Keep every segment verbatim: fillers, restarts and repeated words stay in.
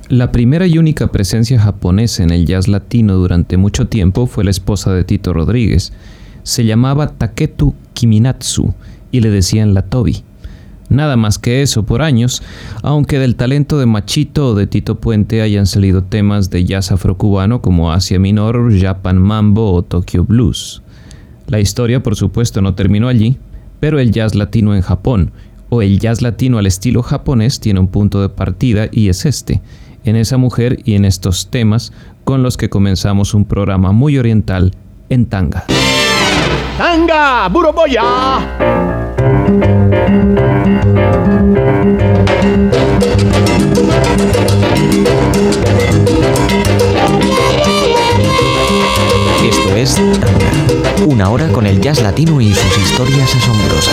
La primera y única presencia japonesa en el jazz latino durante mucho tiempo fue la esposa de Tito Rodríguez. Se llamaba Taketu Kiminatsu y le decían la Toby. Nada más que eso por años, aunque del talento de Machito o de Tito Puente hayan salido temas de jazz afrocubano como Asia Minor, Japan Mambo o Tokyo Blues. La historia, por supuesto, no terminó allí, pero el jazz latino en Japón, o el jazz latino al estilo japonés, tiene un punto de partida y es este, en esa mujer y en estos temas con los que comenzamos un programa muy oriental en tanga. ¡Tanga, Buroboya! Esto es Tanga, una hora con el jazz latino y sus historias asombrosas.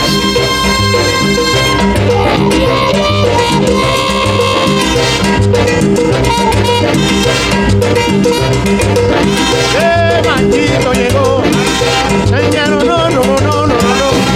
¡Eh, Machito llegó! ¡Señor, no, no, no, no, no, no!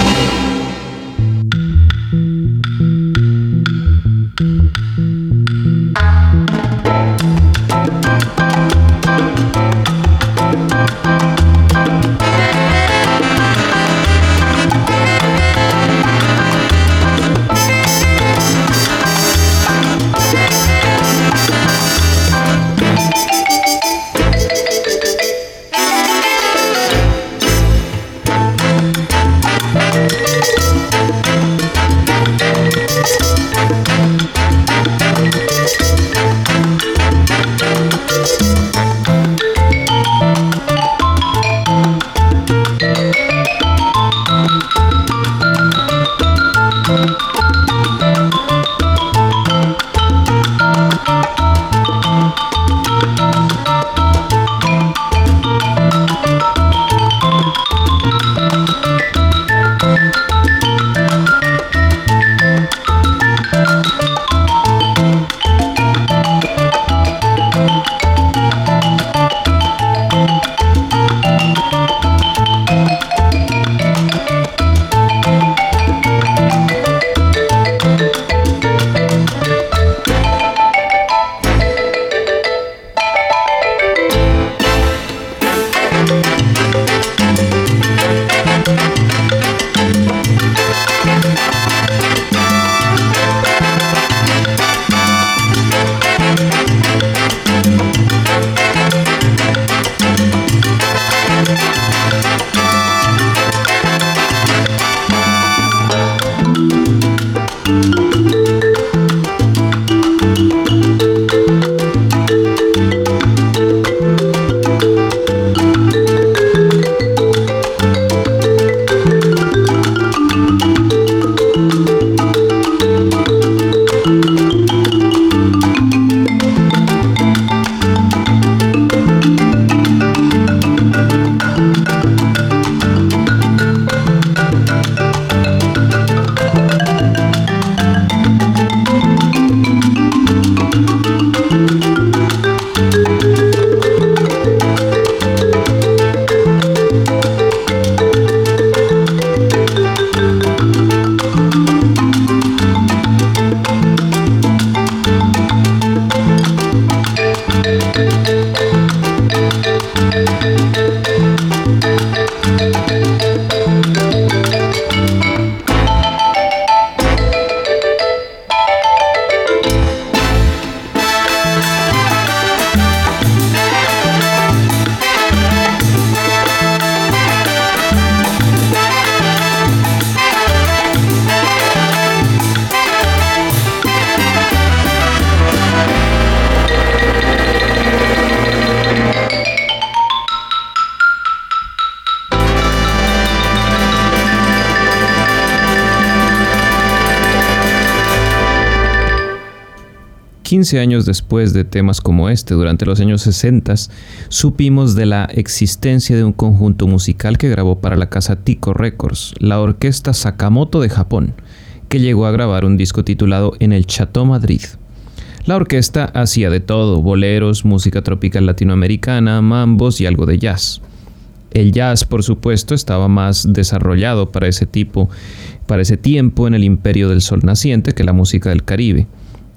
quince años después de temas como este, durante los años sesenta, supimos de la existencia de un conjunto musical que grabó para la casa Tico Records, la Orquesta Sakamoto de Japón, que llegó a grabar un disco titulado En el Chateau Madrid. La orquesta hacía de todo: boleros, música tropical latinoamericana, mambos y algo de jazz. El jazz, por supuesto, estaba más desarrollado para ese tipo, para ese tiempo en el Imperio del Sol Naciente que la música del Caribe.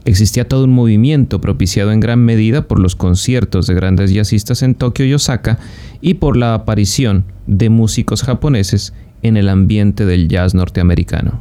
Existía todo un movimiento propiciado en gran medida por los conciertos de grandes jazzistas en Tokio y Osaka y por la aparición de músicos japoneses en el ambiente del jazz norteamericano.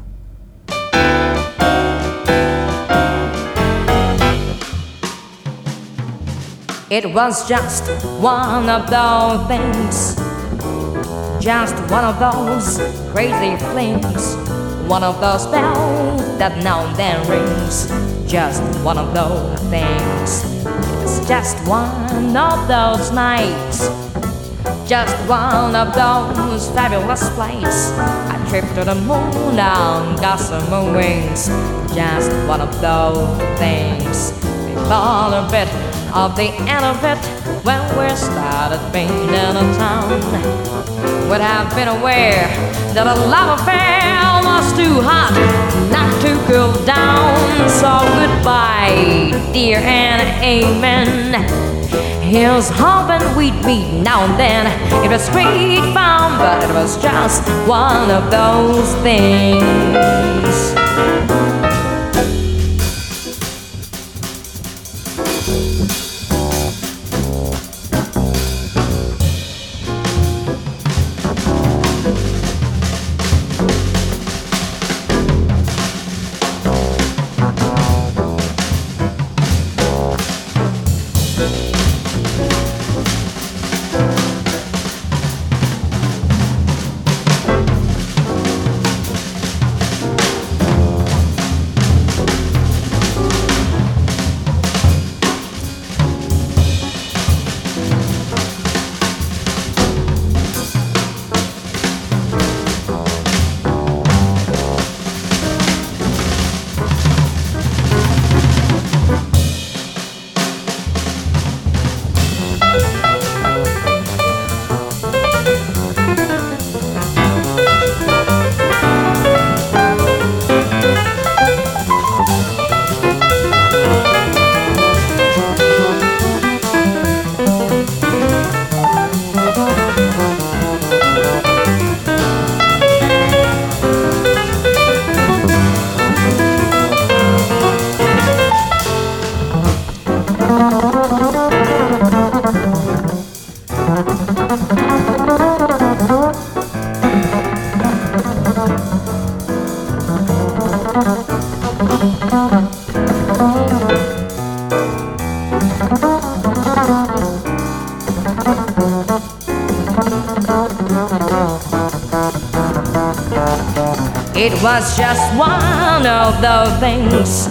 It was just one of those things, just one of those crazy flings, one of those bells that now and then rings, just one of those things. It's just one of those nights, just one of those fabulous flights. A trip to the moon on gossamer wings, just one of those things. We thought a bit of the end of it when we started being in a town. Would have been aware that a love affair was too hot not to cool down. So goodbye, dear, and amen. Here's hoping we'd meet now and then. It was great fun, but it was just one of those things. It was just one of those things,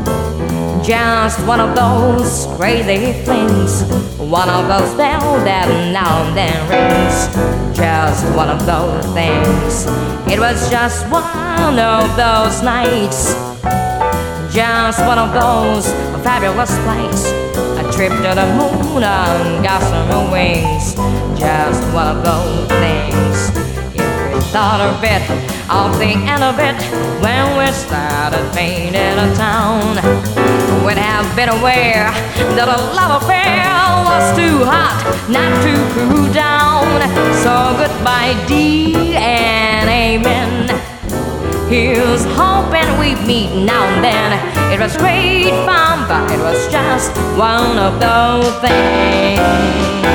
just one of those crazy flings, one of those bells that now and then rings, just one of those things. It was just one of those nights, just one of those fabulous flights, a trip to the moon on gossamer wings, just one of those things. If we thought a bit of the end of it when we started being in a town, we'd have been aware that a love affair was too hot not to cool down. So goodbye, dear, and amen. Here's hoping we meet now and then. It was great fun, but it was just one of those things.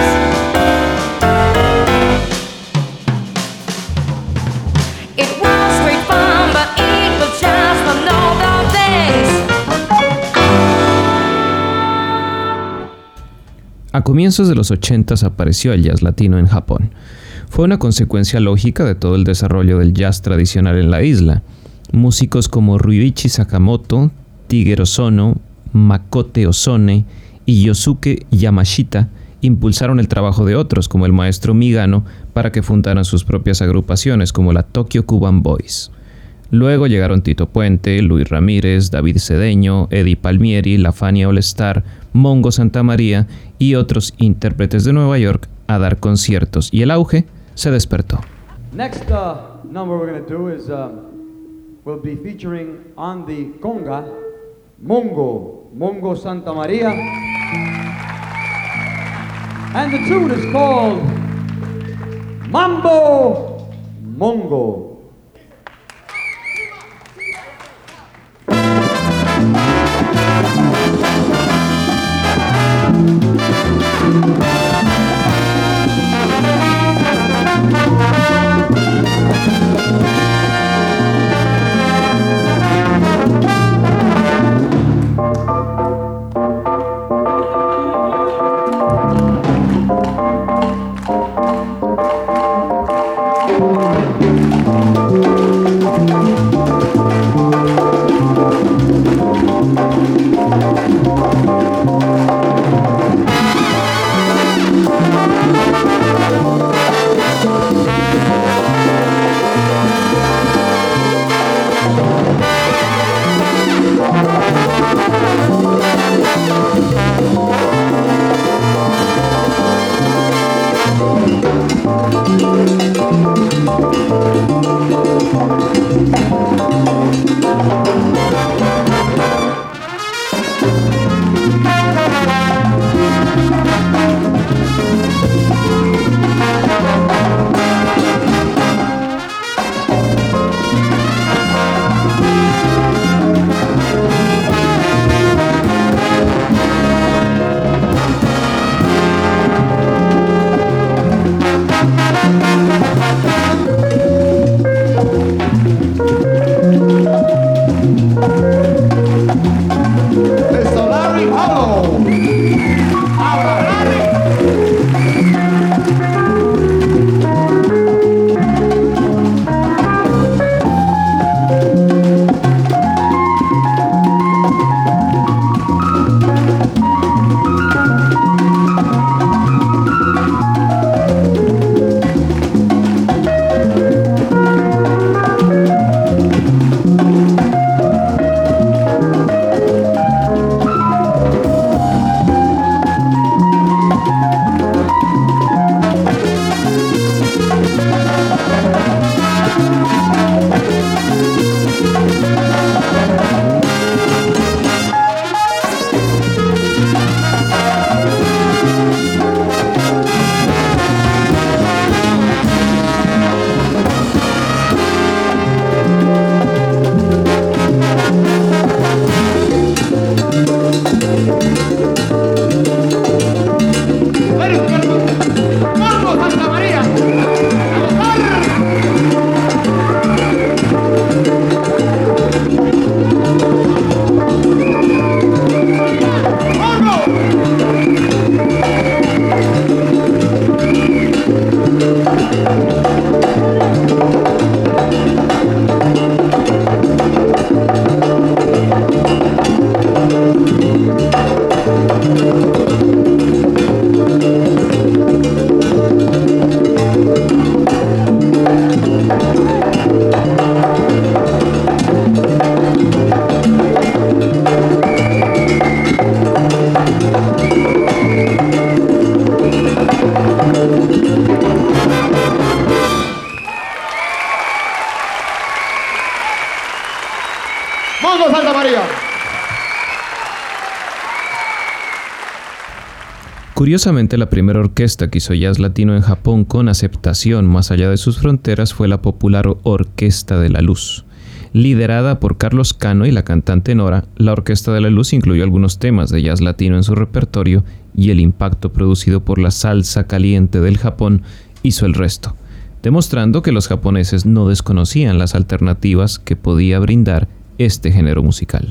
A comienzos de los ochentas apareció el jazz latino en Japón. Fue una consecuencia lógica de todo el desarrollo del jazz tradicional en la isla. Músicos como Ryuichi Sakamoto, Shigeru Sono, Makoto Ozone y Yosuke Yamashita impulsaron el trabajo de otros como el maestro Migano para que fundaran sus propias agrupaciones como la Tokyo Cuban Boys. Luego llegaron Tito Puente, Luis Ramírez, David Cedeño, Eddie Palmieri, La Fania All Star, Mongo Santamaría y otros intérpretes de Nueva York a dar conciertos, y el auge se despertó. Next uh, number we're going to do is um, we'll be featuring on the conga Mongo, Mongo Santamaría, and the tune is called Mambo Mongo. Mongo Santa María. Curiosamente, la primera orquesta que hizo jazz latino en Japón con aceptación más allá de sus fronteras fue la popular Orquesta de la Luz. Liderada por Carlos Cano y la cantante Nora, la Orquesta de la Luz incluyó algunos temas de jazz latino en su repertorio y el impacto producido por la salsa caliente del Japón hizo el resto, demostrando que los japoneses no desconocían las alternativas que podía brindar este género musical.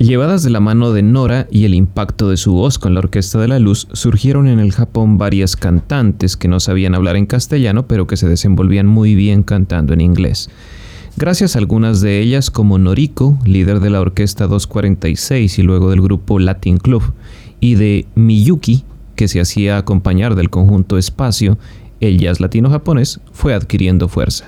Llevadas de la mano de Nora y el impacto de su voz con la Orquesta de la Luz, surgieron en el Japón varias cantantes que no sabían hablar en castellano, pero que se desenvolvían muy bien cantando en inglés. Gracias a algunas de ellas, como Noriko, líder de la Orquesta doscientos cuarenta y seis y luego del grupo Latin Club, y de Miyuki, que se hacía acompañar del conjunto Espacio, el jazz latino japonés fue adquiriendo fuerza.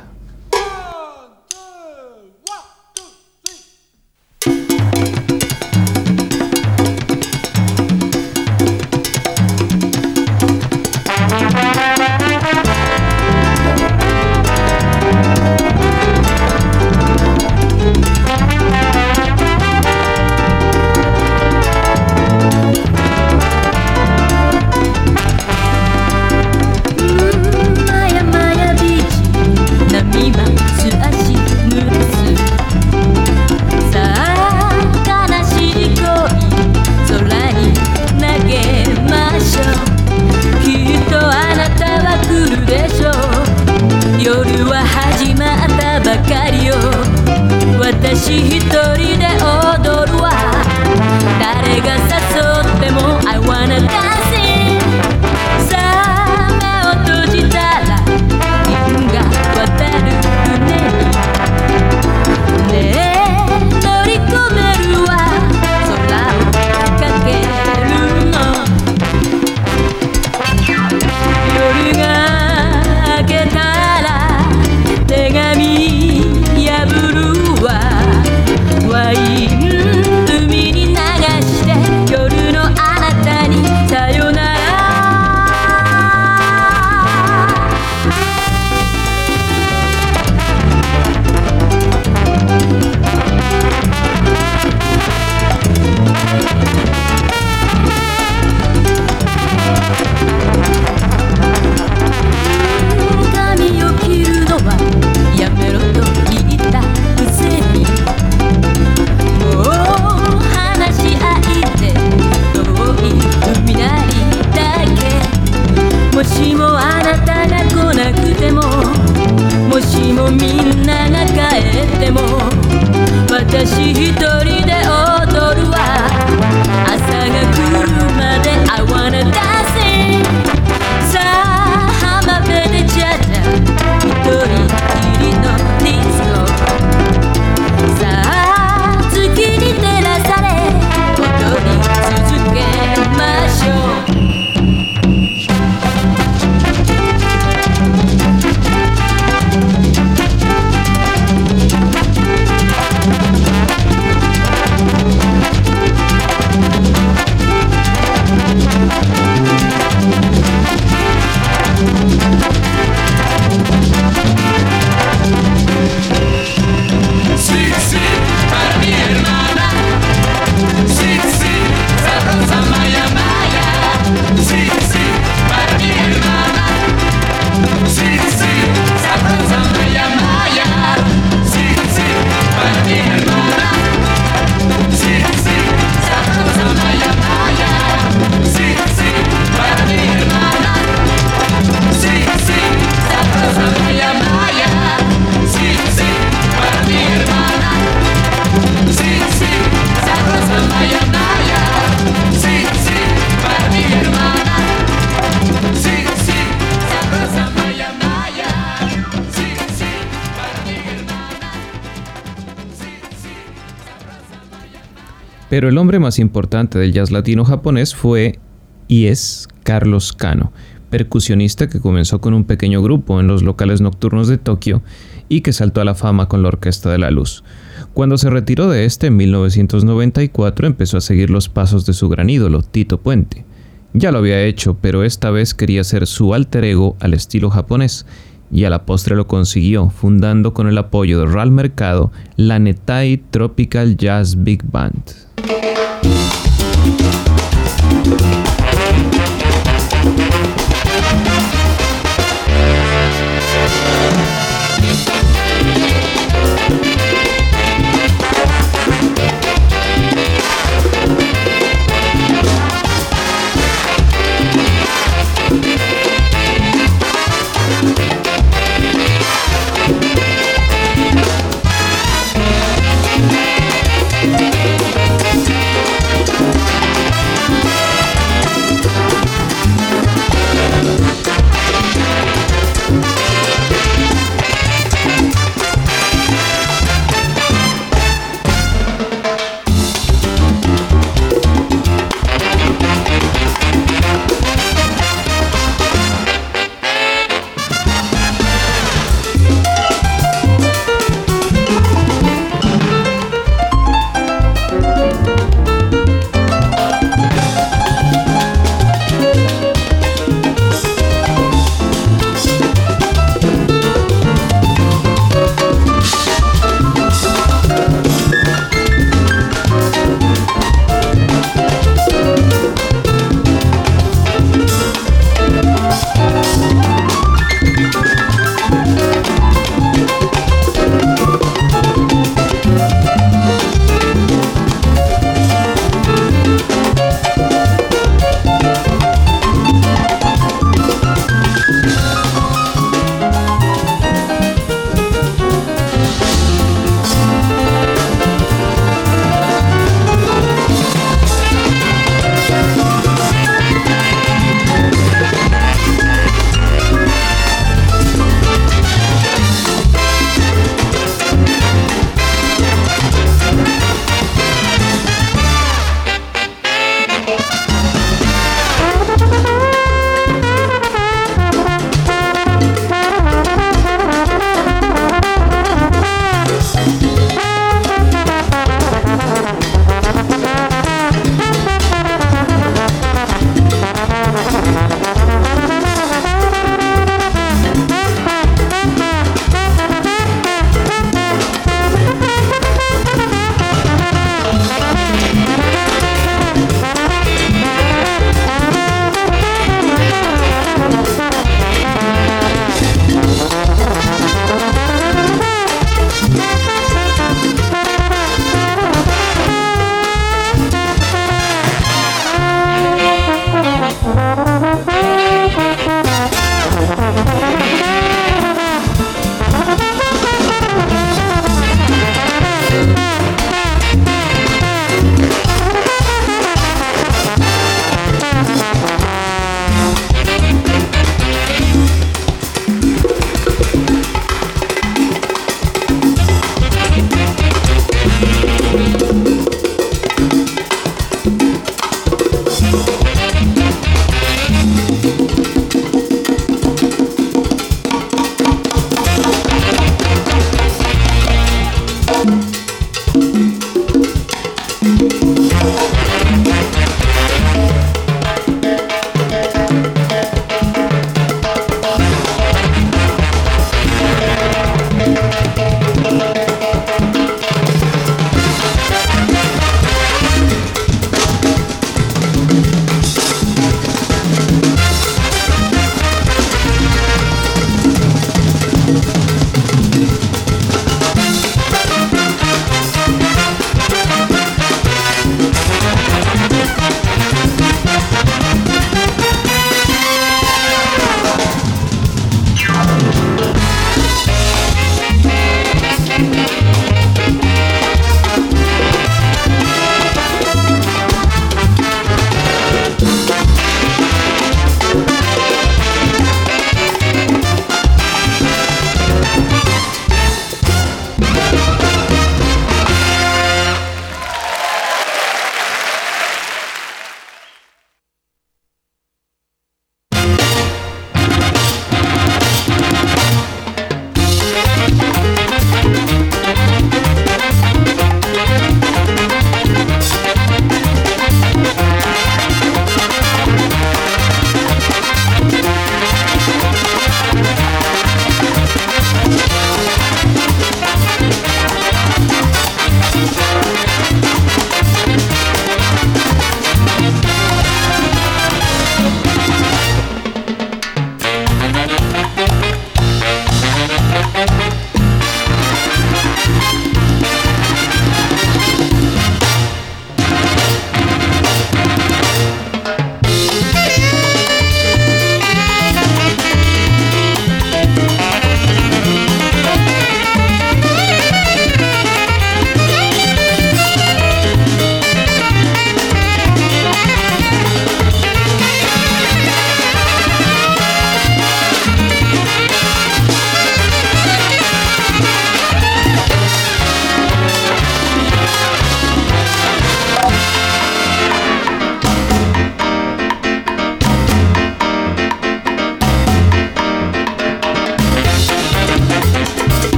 Pero el hombre más importante del jazz latino japonés fue y es Carlos Cano, percusionista que comenzó con un pequeño grupo en los locales nocturnos de Tokio y que saltó a la fama con la Orquesta de la Luz. Cuando se retiró de este en mil novecientos noventa y cuatro empezó a seguir los pasos de su gran ídolo, Tito Puente. Ya lo había hecho, pero esta vez quería hacer su alter ego al estilo japonés, y a la postre lo consiguió, fundando con el apoyo de Ralph Mercado la Netai Tropical Jazz Big Band.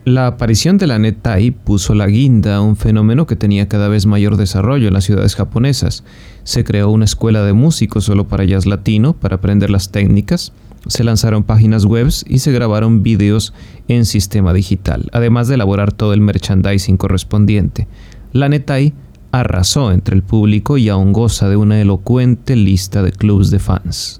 La aparición de la Nettai puso la guinda a un fenómeno que tenía cada vez mayor desarrollo en las ciudades japonesas. Se creó una escuela de músicos solo para jazz latino, para aprender las técnicas. Se lanzaron páginas web y se grabaron videos en sistema digital, además de elaborar todo el merchandising correspondiente. La Nettai arrasó entre el público y aún goza de una elocuente lista de clubs de fans.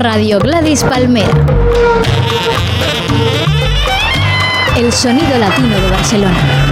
Radio Gladys Palmera. El sonido latino de Barcelona.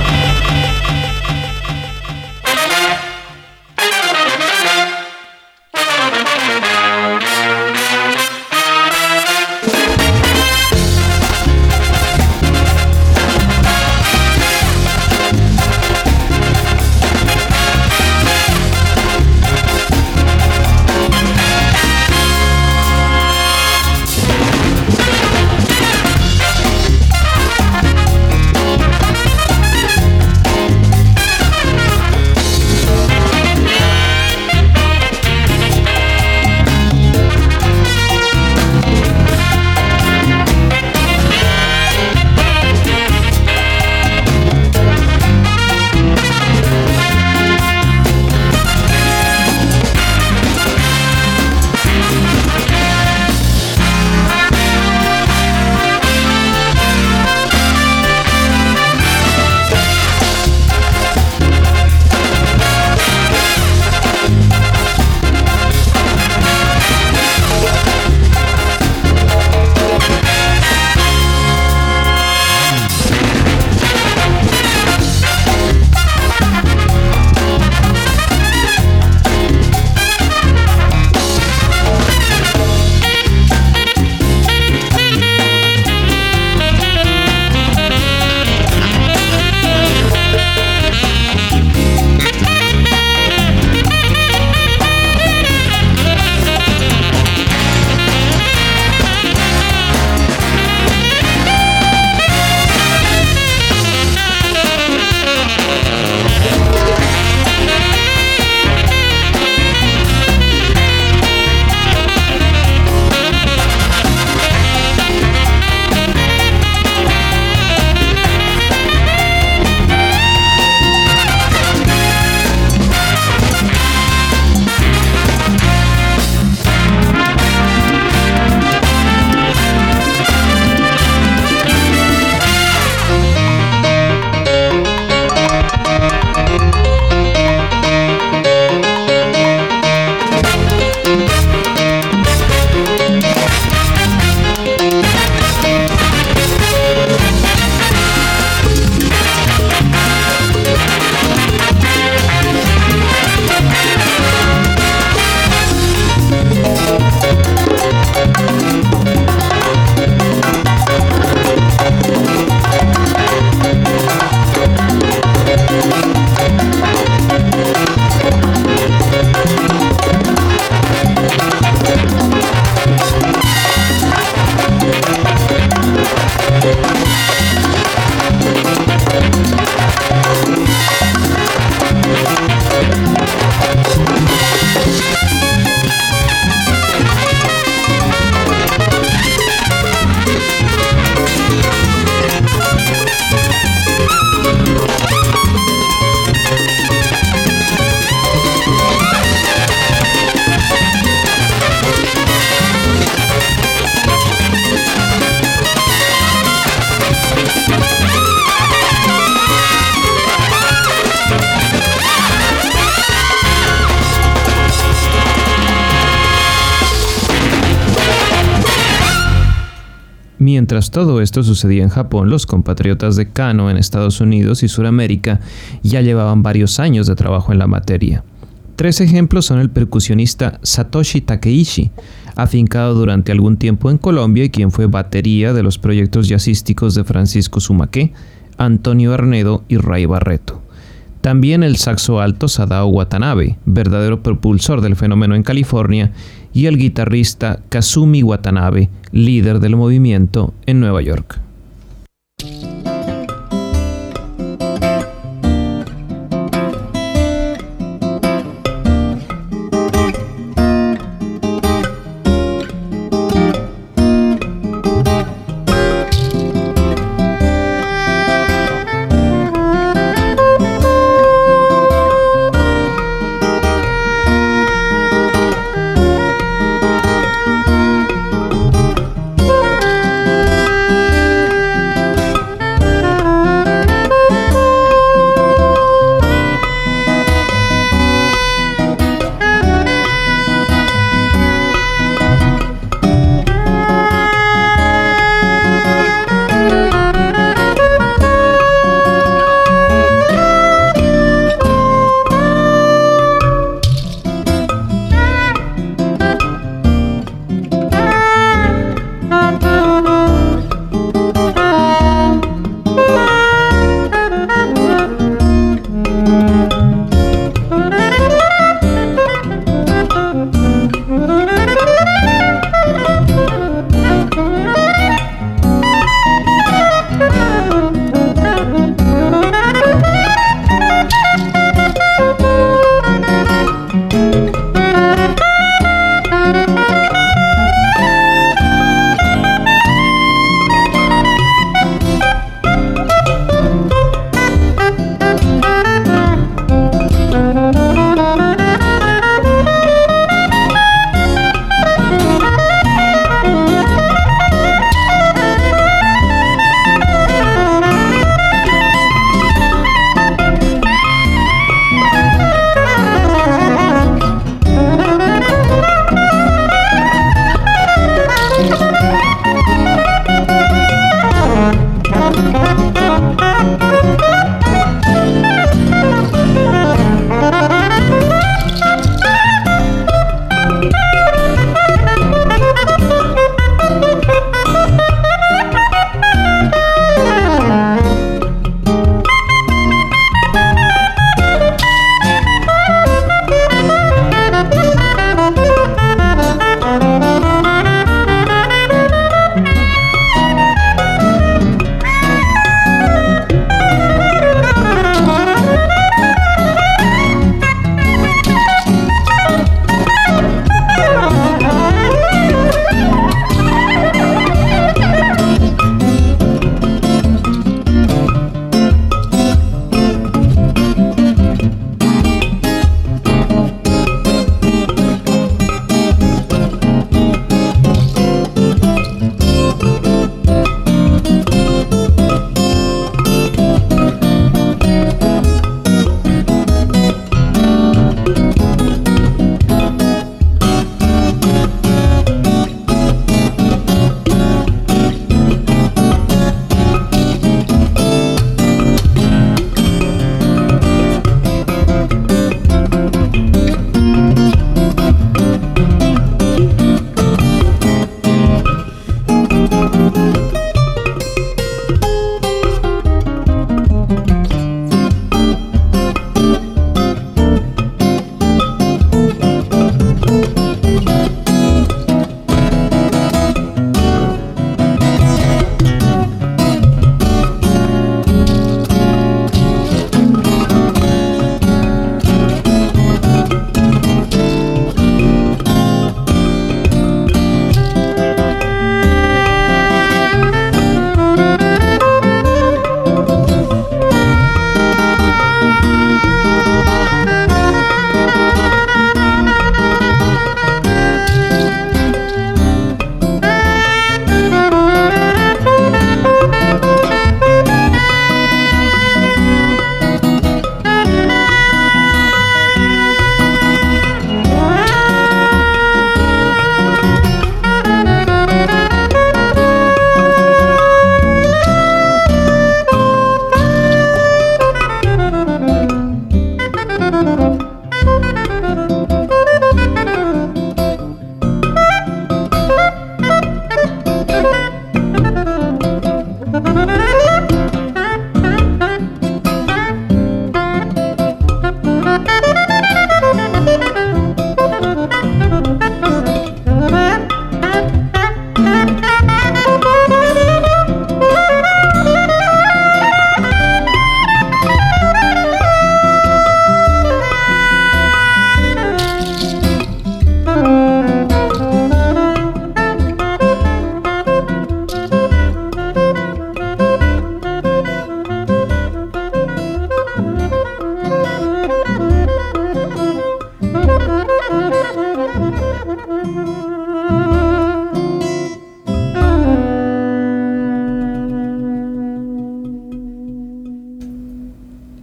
Mientras todo esto sucedía en Japón, los compatriotas de Kano en Estados Unidos y Sudamérica ya llevaban varios años de trabajo en la materia. Tres ejemplos son el percusionista Satoshi Takeishi, afincado durante algún tiempo en Colombia y quien fue batería de los proyectos jazzísticos de Francisco Zumaqué, Antonio Arnedo y Ray Barreto. También el saxo alto Sadao Watanabe, verdadero propulsor del fenómeno en California, y el guitarrista Kazumi Watanabe, líder del movimiento en Nueva York.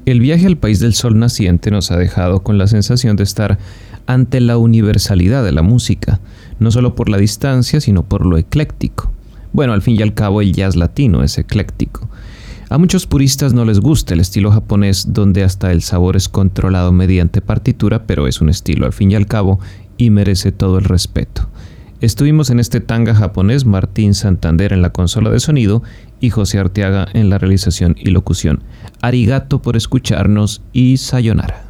El viaje al país del sol naciente nos ha dejado con la sensación de estar ante la universalidad de la música, no solo por la distancia, sino por lo ecléctico. Bueno, al fin y al cabo el jazz latino es ecléctico. A muchos puristas no les gusta el estilo japonés, donde hasta el sabor es controlado mediante partitura, pero es un estilo al fin y al cabo y merece todo el respeto. Estuvimos en este tanga japonés, Martín Santander en la consola de sonido y José Arteaga en la realización y locución. Arigato por escucharnos y sayonara.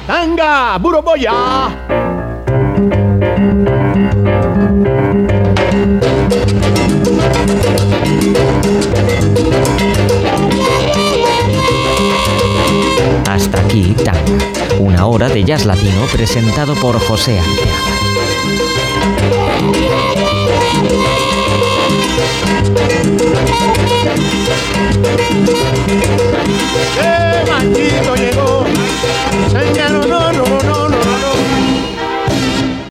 Tanga, Buroboya. Hasta aquí Tanga, una hora de jazz latino presentado por José Arteaga. ¡Qué maldito llegó! ¡Señor, no!